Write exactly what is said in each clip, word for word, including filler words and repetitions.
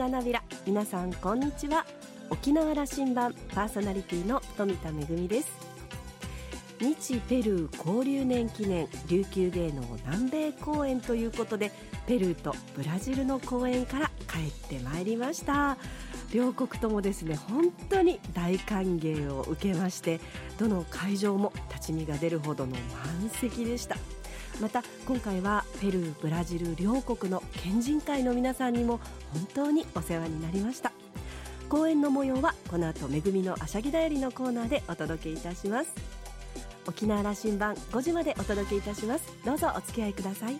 がなびら。皆さんこんにちは。沖縄羅針盤パーソナリティの富田恵です。日ペルー交流年記念琉球芸能南米公演ということで、ペルーとブラジルの公演から帰ってまいりました。両国ともですね、本当に大歓迎を受けまして、どの会場も立ち見が出るほどの満席でした。また今回はペルーブラジル両国の県人会の皆さんにも本当にお世話になりました。公演の模様はこの後めぐみのあしゃぎだよりのコーナーでお届けいたします。沖縄羅針盤ごじまでお届けいたします。どうぞお付き合いください。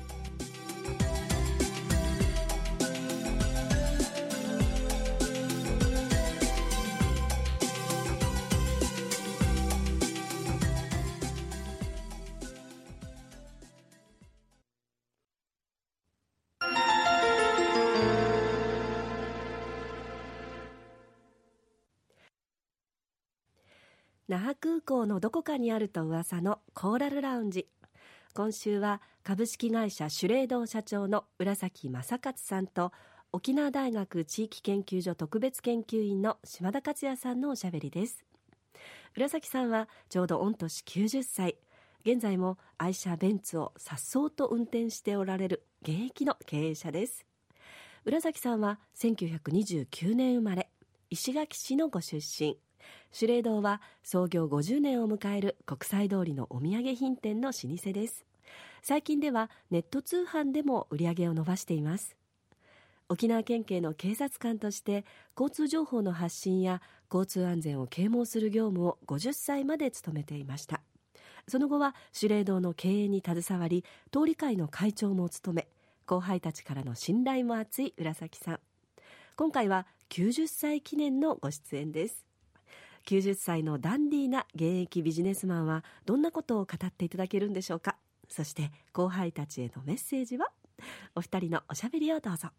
那覇空港のどこかにあると噂のコーラルラウンジ。今週は株式会社シュレード社長の浦崎正勝さんと、沖縄大学地域研究所特別研究員の島田克也さんのおしゃべりです。浦崎さんはちょうど御年きゅうじゅっさい、現在も愛車ベンツを颯爽と運転しておられる現役の経営者です。浦崎さんはせんきゅうひゃくにじゅうきゅうねん生まれ、石垣市のご出身。シュレードは創業ごじゅうねんを迎える国際通りのお土産品店の老舗です。最近ではネット通販でも売り上げを伸ばしています。沖縄県警の警察官として交通情報の発信や交通安全を啓蒙する業務をごじゅっさいまで務めていました。その後はシュレードの経営に携わり、通り会の会長も務め、後輩たちからの信頼も厚い浦崎さん。今回はきゅうじゅっさい記念のご出演です。きゅうじゅっさいのダンディーな現役ビジネスマンはどんなことを語っていただけるんでしょうか。そして後輩たちへのメッセージは。お二人のおしゃべりをどうぞ。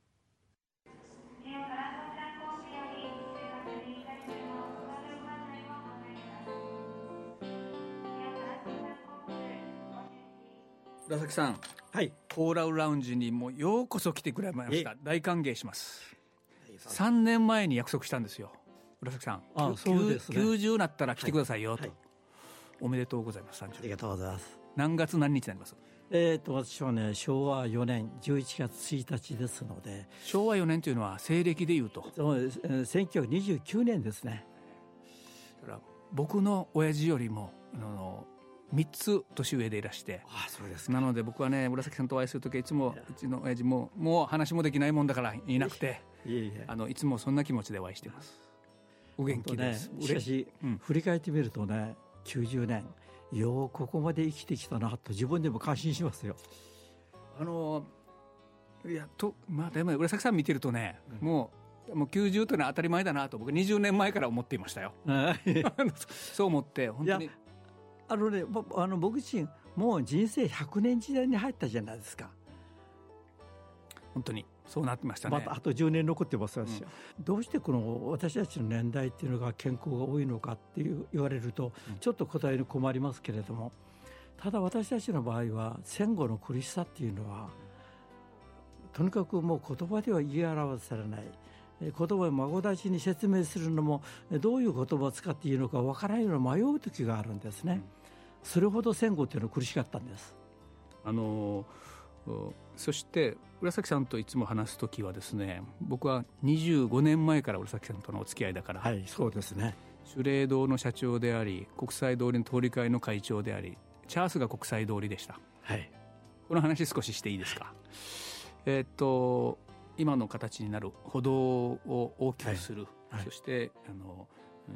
浦崎さん、 はい、 コーラルラウンジにもようこそ来てくれました。大歓迎します。さんねんまえに約束したんですよ。浦崎さん、 ああそうですね、 きゅうじゅうになったら来てくださいよと、 はいはい、 おめでとうございます。さんじゅうありがとうございます。 何月何日になります？ えー、と私はね、しょうわよねんじゅういちがつついたちですので。 しょうわよねんというのは西暦でいうとそうです、えー、せんきゅうひゃくにじゅうきゅうねんですね。 だから僕の親父よりもあのみっつ年上でいらして。 ああそうですか。 なので僕はね、浦崎さんとお会いするときはいつもうちの親父ももう話もできないもんだからいなくて、 いえいえ、 あのいつもそんな気持ちでお会いしています。お元気です、 ね、しかし、うん、振り返ってみるとね、きゅうじゅうねんようここまで生きてきたなと自分でも感心しますよ。 あのいやと、まあ、でも浦崎さん見てるとね、うん、もう、もうきゅうじゅうというのは当たり前だなと僕にじゅうねんまえから思っていましたよそう思って本当に。いや、 あのね、あの僕自身もう人生ひゃくねん時代に入ったじゃないですか。 本当にそうなってましたね。 またあとじゅうねん残ってますよ、うん、どうしてこの私たちの年代っていうのが健康が多いのかっていう言われると、うん、ちょっと答えに困りますけれども、ただ私たちの場合は戦後の苦しさっていうのはとにかくもう言葉では言い表されない、言葉を孫たちに説明するのもどういう言葉を使っていいのかわからないような迷う時があるんですね、うん、それほど戦後っていうのは苦しかったんです。 あのそして浦崎さんといつも話すときはですね、僕はにじゅうごねんまえから浦崎さんとのお付き合いだから、 はい、そうですね。 シュレードの社長であり、国際通りの通り会の会長であり、チャースが国際通りでした、 はい、 この話少ししていいですか。えー、っと今の形になる歩道を大きくする、はいはい、そしてあの、うん、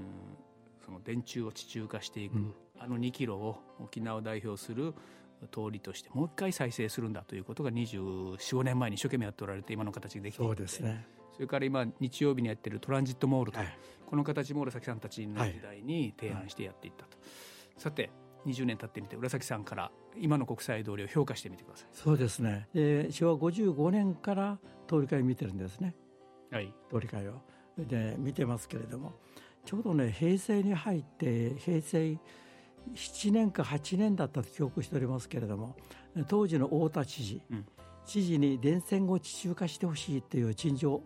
その電柱を地中化していく、うん、あのにキロを沖縄を代表する通りとしてもう一回再生するんだということがにじゅうよん、ごねんまえに一生懸命やっておられて、今の形ができていて、 そうですね。 それから今日曜日にやっているトランジットモールと、はい、この形も浦崎さんたちの時代に提案してやっていったと、はい、さてにじゅうねん経ってみて浦崎さんから今の国際通りを評価してみてください。 そうですね、えー、しょうわごじゅうごねんから通り会見てるんですね、 はい、 通り会をで見てますけれども、ちょうどね平成に入って平成ななねんかはちねんだったと記憶しておりますけれども、当時の太田知事、うん、知事に電線を地中化してほしいという陳情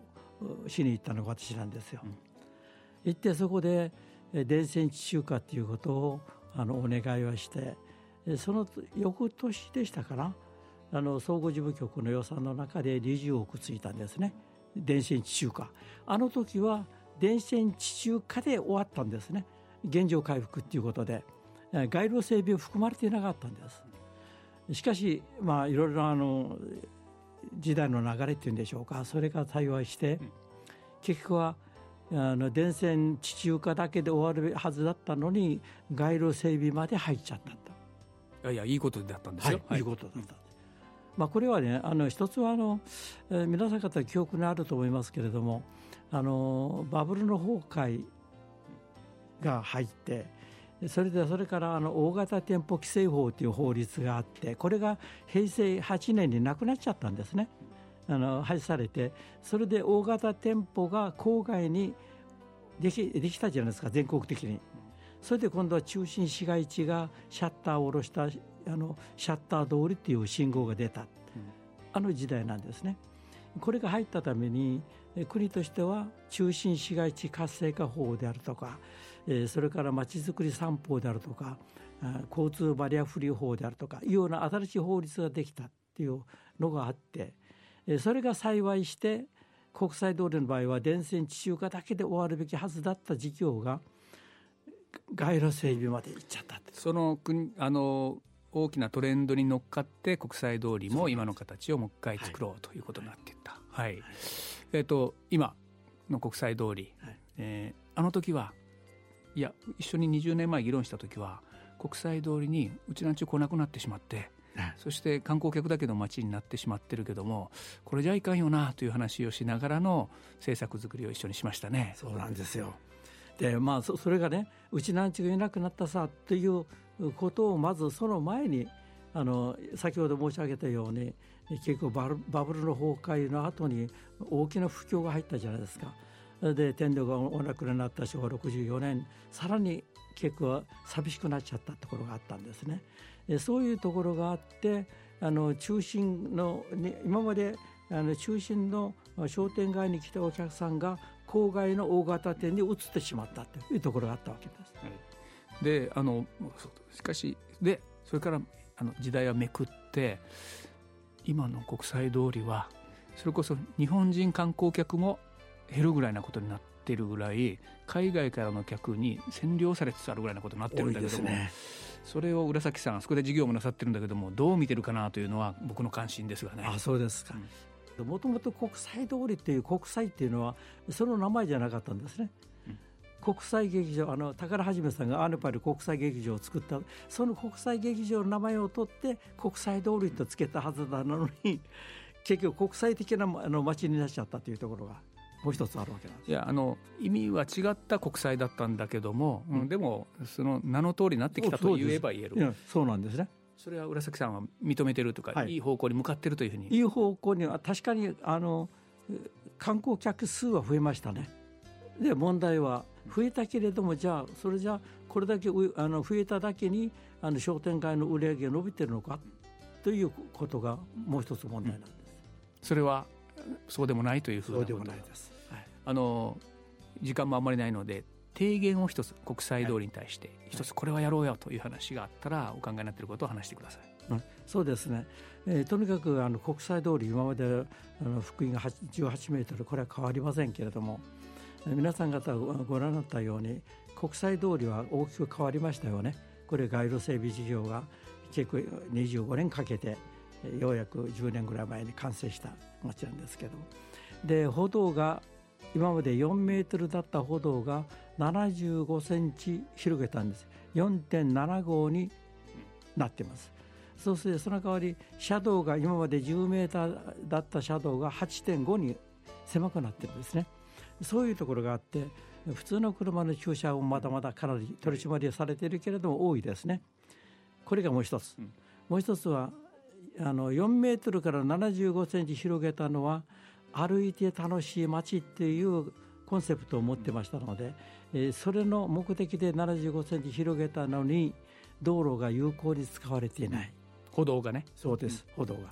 しに行ったのが私なんですよ、うん、行ってそこで電線地中化ということをあのお願いはして、その翌年でしたかな、あの総合事務局の予算の中でにじゅうおくついたんですね、電線地中化。あの時は電線地中化で終わったんですね。現状回復ということで街路整備を含まれていなかったんです。しかし、まあ、いろいろあの時代の流れっていうんでしょうか、それが対応して、うん、結局はあの電線地中化だけで終わるはずだったのに街路整備まで入っちゃったと。 いやいや、いいことだったんですよ、 はい、いいことだった、うん、まあ、これはね、あの一つはあの、えー、皆さん方記憶にあると思いますけれども、あのバブルの崩壊が入って、それでそれからあの大型店舗規制法という法律があって、これがへいせいはちねんになくなっちゃったんですね。あの廃止されて、それで大型店舗が郊外にでき、できたじゃないですか、全国的に。それで今度は中心市街地がシャッターを下ろしたあのシャッター通りという信号が出た、あの時代なんですね。これが入ったために国としては中心市街地活性化法であるとか、それからまちづくり三法であるとか、交通バリアフリー法であるとかいうような新しい法律ができたっていうのがあって、それが幸いして国際通りの場合は電線地中化だけで終わるべきはずだった事業が街路整備まで行っちゃったって。 その国あの大きなトレンドに乗っかって国際通りも今の形をもう一回作ろうということになっていった、はいはいはい、えーと、今の国際通り、はい、えー、あの時はいや一緒ににじゅうねんまえ議論した時は国際通りにうちなんちゅう来なくなってしまって、はい、そして観光客だけの街になってしまってるけども、これじゃいかんよなという話をしながらの政策作りを一緒にしましたね。 そうなんですよ。で、まあ、そ, それがね、うちなんちゅうがいなくなったさということをまずその前にあの先ほど申し上げたように結構バ, バブルの崩壊の後に大きな不況が入ったじゃないですか。で天皇がお亡くなりになったしょうわろくじゅうよねん、さらに結構寂しくなっちゃったところがあったんですね。でそういうところがあって、あの中心の今まであの中心の商店街に来たお客さんが郊外の大型店に移ってしまったというところがあったわけです、はい、 であのしかしでそれからあの時代はめくって、今の国際通りはそれこそ日本人観光客も減るぐらいなことになっているぐらい、海外からの客に占領されつつあるぐらいなことになってるんだけども、ね、それを浦崎さんあそこで事業もなさってるんだけども、どう見てるかなというのは僕の関心ですがね。 あ、そうですか。もともと国際通りっていう国際っていうのはその名前じゃなかったんですね、うん、国際劇場、あの宝はじめさんがアーネパル国際劇場を作った、その国際劇場の名前を取って国際通りとつけたはずなのに結局国際的なあの街になっちゃったというところがもう一つあるわけなんです。 いや、あの意味は違った国際だったんだけども、うん、でもその名の通りになってきたと言えば言える。 いや、そうなんですね。 それは浦崎さんは認めてるとか、はい、いい方向に向かってるというふうに。 いい方向には確かにあの観光客数は増えましたね。で問題は増えたけれども、じゃあそれじゃあこれだけあの増えただけにあの商店街の売り上げが伸びてるのかということがもう一つ問題なんです、うん、 それはそうでもないというふうなこと。 そうでもないです、はい、 あの時間もあんまりないので提言を一つ国際通りに対して一つこれはやろうよという話があったらお考えになっていることを話してください、 うん、そうですね、えー、とにかくあの国際通り今まであの福井がじゅうはちメートル、これは変わりませんけれども、えー、皆さん方ご覧になったように国際通りは大きく変わりましたよね。これ街路整備事業が結構にじゅうごねんかけてようやくじゅうねんぐらい前に完成した街なんですけど、で歩道が今までよんメートルだった歩道がななじゅうごセンチ広げたんです。 よんてんななごうになっています。そうするとその代わり車道が今までじゅうメーターだった車道が はちてんご に狭くなっているんですね。そういうところがあって、普通の車の駐車もまだまだかなり取り締まりされているけれども多いですね。これがもう一つ、うん、もう一つはあのよんメートルからななじゅうごセンチ広げたのは歩いて楽しい街っていうコンセプトを持ってましたので、えー、それの目的でななじゅうごセンチ広げたのに道路が有効に使われていない。 歩道がね。 そうです、歩道が。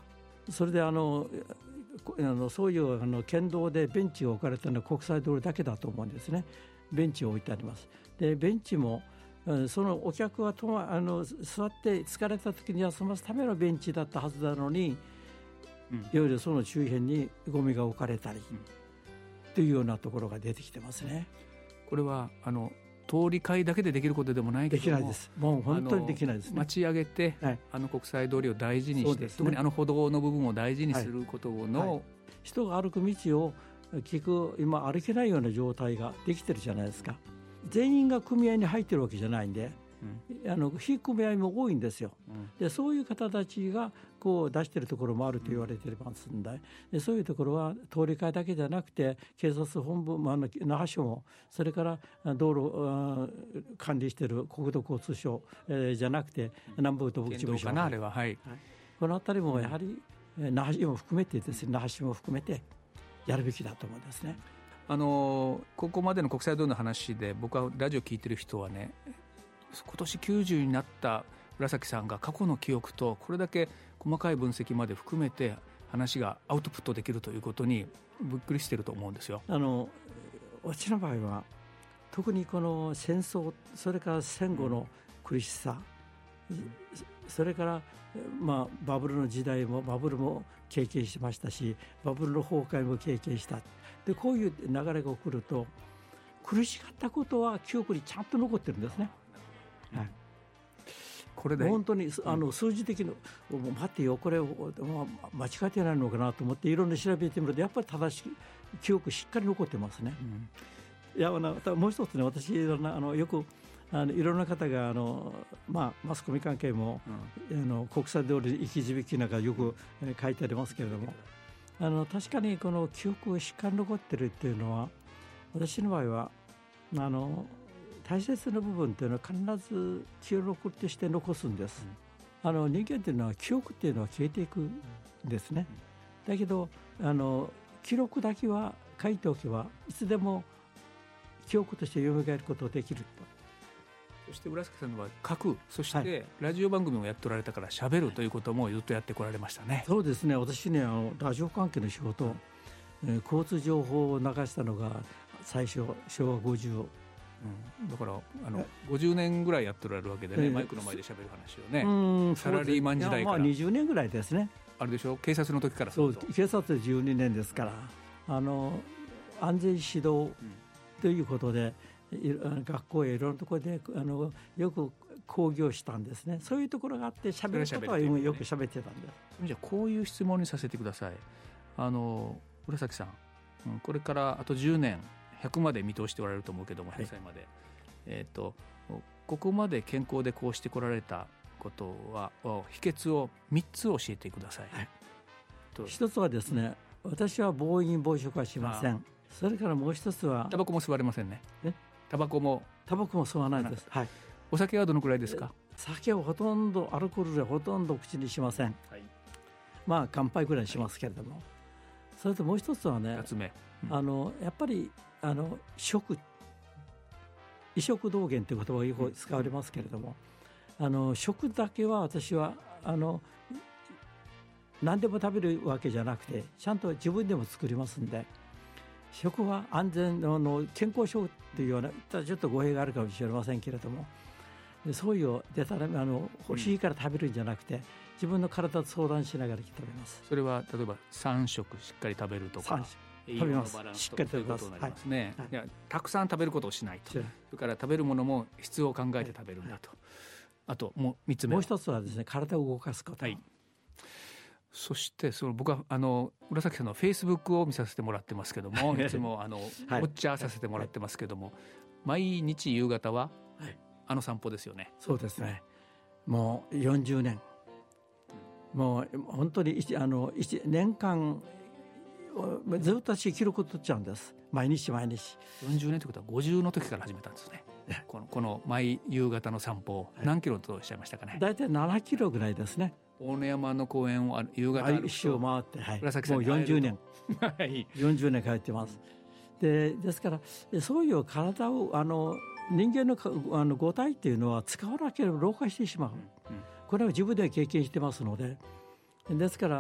それであのあのそういうあの県道でベンチが置かれたのは国際通りだけだと思うんですね。ベンチを置いてあります。でベンチもそのお客はと、ま、あの座って疲れた時に休ますためのベンチだったはずなのに、うん、いわゆるその周辺にゴミが置かれたり、うん、というようなところが出てきてますね。 これはあの通り会だけでできることでもないけども、 できないです。もう本当にできないですね。 町上げて、はい、あの国際通りを大事にして、ね、特にあの歩道の部分を大事にすることの、はいはい、 人が歩く道を聞く今歩けないような状態ができてるじゃないですか。全員が組合に入ってるわけじゃないんで、うん、あの非組合も多いんですよ、うん、でそういう方たちがこう出しているところもあると言われていますんで、うん、でそういうところは通り会だけじゃなくて警察本部、まあ、那覇署もそれから道路管理している国土交通省、えー、じゃなくて南部土木事務所、 あれは、はい、 このあたりもやはり、うん、那覇市も含めてですね、那覇市も含めてやるべきだと思うんですね。 あのここまでの国際通りの話で僕はラジオ聞いてる人はね、今年きゅうじゅうになった浦崎さんが過去の記憶とこれだけ細かい分析まで含めて話がアウトプットできるということにびっくりしてると思うんですよ。 あの私の場合は特にこの戦争、それから戦後の苦しさ、うん、それから、まあ、バブルの時代もバブルも経験しましたし、バブルの崩壊も経験した。でこういう流れが起こると苦しかったことは記憶にちゃんと残ってるんですね、うん、はい、これで本当にあの数字的に、うん、待ってよこれ、まあ、間違えてないのかなと思っていろんな調べてみるとやっぱり正しい記憶しっかり残ってますね、うん、いやもう一つね、私いろんなあのよくあのいろんな方があの、まあ、マスコミ関係も、うん、あの国際通り生き字引なんかよく、えー、書いてありますけれども、あの確かにこの記憶をしっかり残ってるっていうのは私の場合はあの大切な部分っていうのは必ず記録として残すんです、うん、あの人間っていうのは記憶っていうのは消えていくんですね、うん、だけどあの記録だけは書いておけばいつでも記憶として蘇ることができると。 そして浦崎さんは書く、そしてラジオ番組もやっておられたから喋るということもずっとやってこられましたね、はい、 そうですね。私ね、あのラジオ関係の仕事、えー、交通情報を流したのが最初しょうわごじゅう、 うん、だからあのごじゅうねんぐらいやっておられるわけでね、えー、マイクの前で喋る話をね、うん、サラリーマン時代から、 まあ、にじゅうねんぐらいですね。 あれでしょ、警察の時からすると。 そう警察でじゅうにねんですから、あの安全指導ということで、うん、学校へいろんなところであのよく講義をしたんですね。そういうところがあって喋ることはよく喋ってたんです。 じゃあこういう質問にさせてください。あの浦崎さん、これからあとじゅうねんひゃくまで見通しておられると思うけども、ひゃくさいまで、はい、えーと、ここまで健康でこうしてこられたことは秘訣をみっつ教えてください、はい、 一つはですね、私は暴飲暴食はしません。それからもう一つはタバコも吸われませんね。タバコもタバコも吸わないです、はい、 お酒はどのくらいですか？ 酒をほとんどアルコールでほとんど口にしません、はい、まあ乾杯ぐらいしますけれども、はい、それともう一つはね、ふたつめ、うん、あのやっぱりあの食衣食同源という言葉がよく使われますけれども、あの食だけは私はあの何でも食べるわけじゃなくてちゃんと自分でも作りますんで、食は安全の健康食というようなちょっと語弊があるかもしれませんけれども、そういうでたらめあの欲しいから食べるんじゃなくて、うん、自分の体と相談しながら食べます。 それは例えばさん食しっかり食べるとか、 食べます。しっかり食べます。 はい、ね、はい、いやたくさん食べることをしないと、それから食べるものも質を考えて食べるんだと、はい、あともうみっつめ、 もう一つはですね、体を動かすこと、はい、 そしてその僕はあの浦崎さんのフェイスブックを見させてもらってますけどもいつもあの、はい、ウォッチャーさせてもらってますけども、はい、毎日夕方は、はい、あの散歩ですよね。 そうですね、もうよんじゅうねん、もう本当にあのいちねんかんずっと私記録を取っちゃうんです。毎日毎日よんじゅうねんということはごじゅうの時から始めたんですね。この、この毎夕方の散歩、はい、何キロとおっしゃいましたかね。 だいたいななキロぐらいですね。 大野山の公園を夕方歩くと一周回って、はい、 浦崎さんにもうよんじゅうねんはい、よんじゅうねん通ってます。でですからそういう体をあの人間のあの五体っていうのは使わなければ老化してしまう、うんうん、これは自分では経験してますので、ですから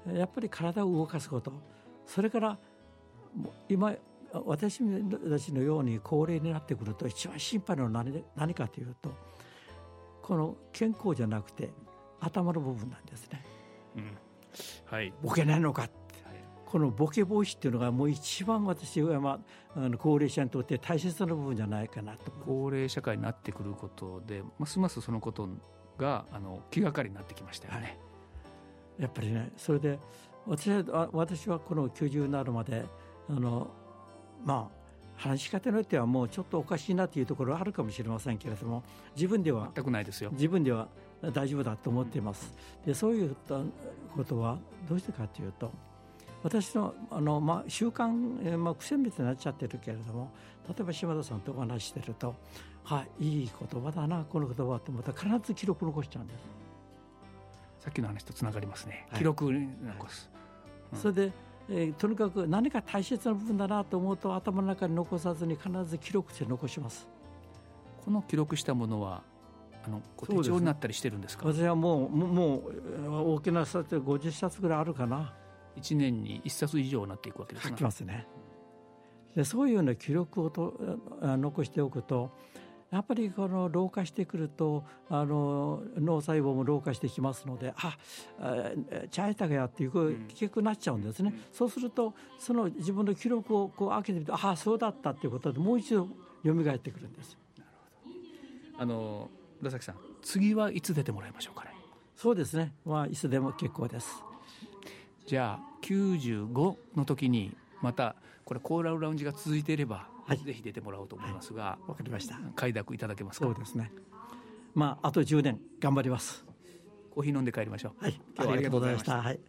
やっぱり体を動かすこと、それから今私たちのように高齢になってくると一番心配なのは 何, 何かというと、この健康じゃなくて頭の部分なんですね、 うんはい、 ボケないのかって、はい、このボケ防止っていうのがもう一番私は、まあ、あの高齢者にとって大切な部分じゃないかなと。 高齢社会になってくることでますますそのことがあの気がかりになってきましたよね、はい、 やっぱりね、それで私は、私はこのきゅうじゅうになるまであのまあ話し方によってはもうちょっとおかしいなというところはあるかもしれませんけれども、自分では全くないですよ。 自分では大丈夫だと思っています。でそういったことはどうしてかというと、私の、あの、まあ、習慣、えーまあ、癖みたいになっちゃってるけれども、例えば島田さんとお話ししてると、はい、いい言葉だなこの言葉と思ったら必ず記録残しちゃうんです。 さっきの話とつながりますね、はい、記録に残す、 はいうん、それでえー、とにかく何か大切な部分だなと思うと頭の中に残さずに必ず記録して残します。 この記録したものはあの手帳になったりしてるんですか？ 私はもう、もう大きな冊ごじゅっさつぐらいあるかな。 いちねんにいっさつ以上になっていくわけですね。 書きますね。でそういうような記録をと残しておくと、やっぱりこの老化してくるとあの脳細胞も老化してきますので、あチャイタがやっていう結局なっちゃうんですね、うん、そうするとその自分の記録をこう開けてみると、ああそうだったということでもう一度蘇ってくるんです。 なるほど。あの浦崎さん、次はいつ出てもらいましょうかね？ そうですね、まあ、いつでも結構です。 じゃあきゅうじゅうごの時にまたこれコーラルラウンジが続いていれば、はい、ぜひ出てもらおうと思いますが、 わ、はい、かりました。 快諾いただけますか？ そうですね、まあ、あとじゅうねん頑張ります。 コーヒー飲んで帰りましょう。 はい、今日はありがとうございました。はい、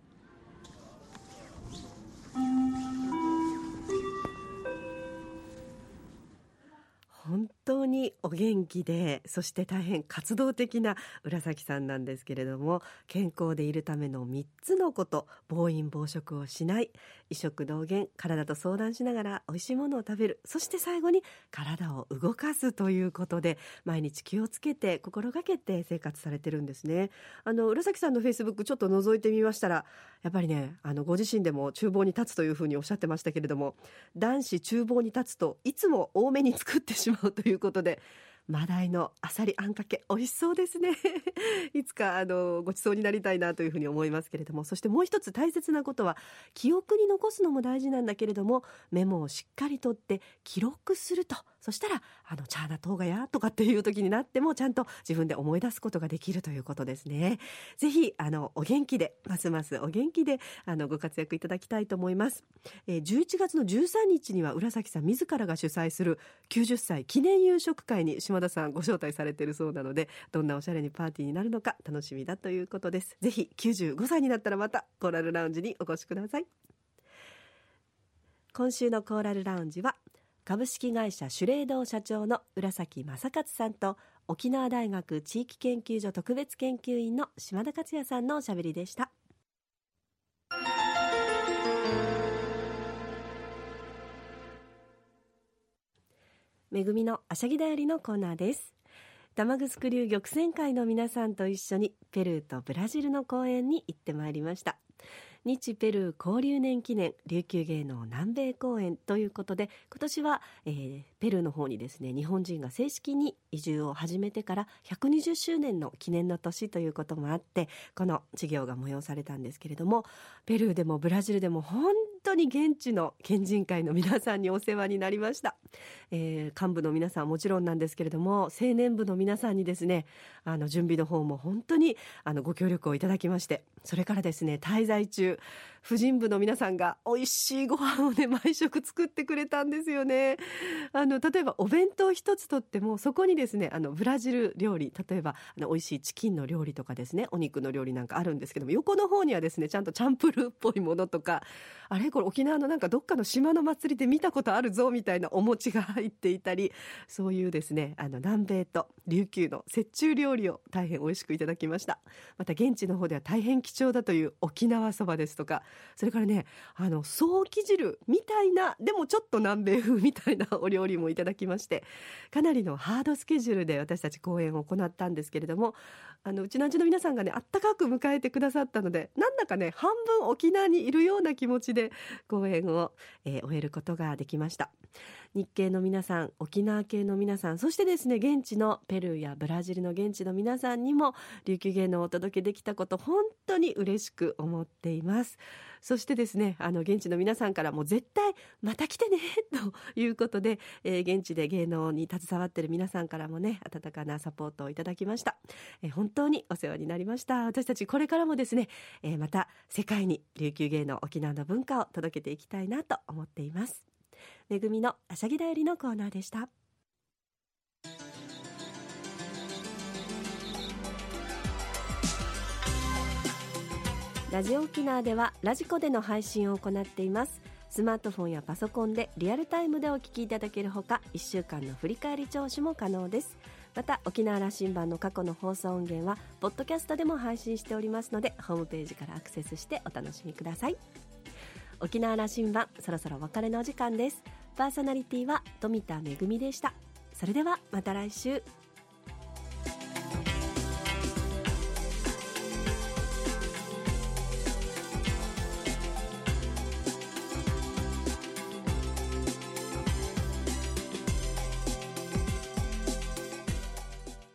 本当にお元気で、そして大変活動的な浦崎さんなんですけれども、健康でいるためのみっつのこと、暴飲暴食をしない、医食同源、体と相談しながらおいしいものを食べる、そして最後に体を動かすということで、毎日気をつけて心がけて生活されてるんですね。あの浦崎さんのフェイスブックちょっと覗いてみましたら、やっぱりね、あのご自身でも厨房に立つというふうにおっしゃってましたけれども、男子厨房に立つといつも多めに作ってしまうということで、マダイのあさりあんかけ美味しそうですねいつかあのごちそうになりたいなというふうに思いますけれども、そしてもう一つ大切なことは、記憶に残すのも大事なんだけれども、メモをしっかりとって記録すると、そしたらあのチャーナトーガやとかっていう時になってもちゃんと自分で思い出すことができるということですね。ぜひあのお元気で、ますますお元気であのご活躍いただきたいと思います。えー、じゅういちがつのじゅうさんにちには浦崎さん自らが主催するきゅうじゅっさい記念夕食会に島田さんご招待されているそうなので、どんなおしゃれにパーティーになるのか楽しみだということです。ぜひきゅうじゅうごさいになったらまたコーラルラウンジにお越しください。今週のコーラルラウンジは株式会社シュレード社長の浦崎正勝さんと、沖縄大学地域研究所特別研究員の島田克也さんのおしゃべりでした。めぐみのあしゃぎだよりのコーナーです。玉城流玉泉会の皆さんと一緒にペルーとブラジルの公演に行ってまいりました。日ペルー交流年記念琉球芸能南米公演ということで、今年は、えー、ペルーの方にですね、日本人が正式に移住を始めてからひゃくにじゅっしゅうねんの記念の年ということもあって、この授業が催されたんですけれども、ペルーでもブラジルでも本当に現地の県人会の皆さんにお世話になりました。えー、幹部の皆さんはもちろんなんですけれども、青年部の皆さんにですね、あの準備の方も本当にあのご協力をいただきまして、それからですね、滞在中婦人部の皆さんが美味しいご飯をね、毎食作ってくれたんですよね。あの例えばお弁当一つとっても、そこにですね、あのブラジル料理、例えばあの美味しいチキンの料理とかですね、お肉の料理なんかあるんですけども、横の方にはですね、ちゃんとチャンプルーっぽいものとか、あれこれ沖縄のなんかどっかの島の祭りで見たことあるぞみたいなお餅が入っていたり、そういうですね、あの南米と琉球の折衷料理を大変美味しくいただきました。また現地の方では大変貴重だという沖縄そばですとか、 それからねあのソーキ汁みたいなでもちょっと南米風みたいなお料理もいただきまして、かなりのハードスケジュールで私たち講演を行ったんですけれども、あのうちのうちの皆さんがねあったかく迎えてくださったので、なんだかね半分沖縄にいるような気持ちで講演を、えー、終えることができました。日系の皆さん、沖縄系の皆さん、そしてですね現地のペルーやブラジルの現地の皆さんにも琉球芸能をお届けできたこと本当に嬉しく思っています。そしてですねあの現地の皆さんからも絶対また来てねということで、えー、現地で芸能に携わっている皆さんからもね温かなサポートをいただきました。えー、本当にお世話になりました。私たちこれからもですね、えー、また世界に琉球芸能沖縄の文化を届けていきたいなと思っています。めぐみのあしゃぎだよりのコーナーでした。ラジオ沖縄ではラジコでの配信を行っています。スマートフォンやパソコンでリアルタイムでお聞きいただけるほか、いっしゅうかんの振り返り聴取も可能です。また沖縄羅針盤の過去の放送音源はポッドキャストでも配信しておりますので、ホームページからアクセスしてお楽しみください。沖縄羅針盤、そろそろお別れのお時間です。パーソナリティは富田恵でした。それではまた来週。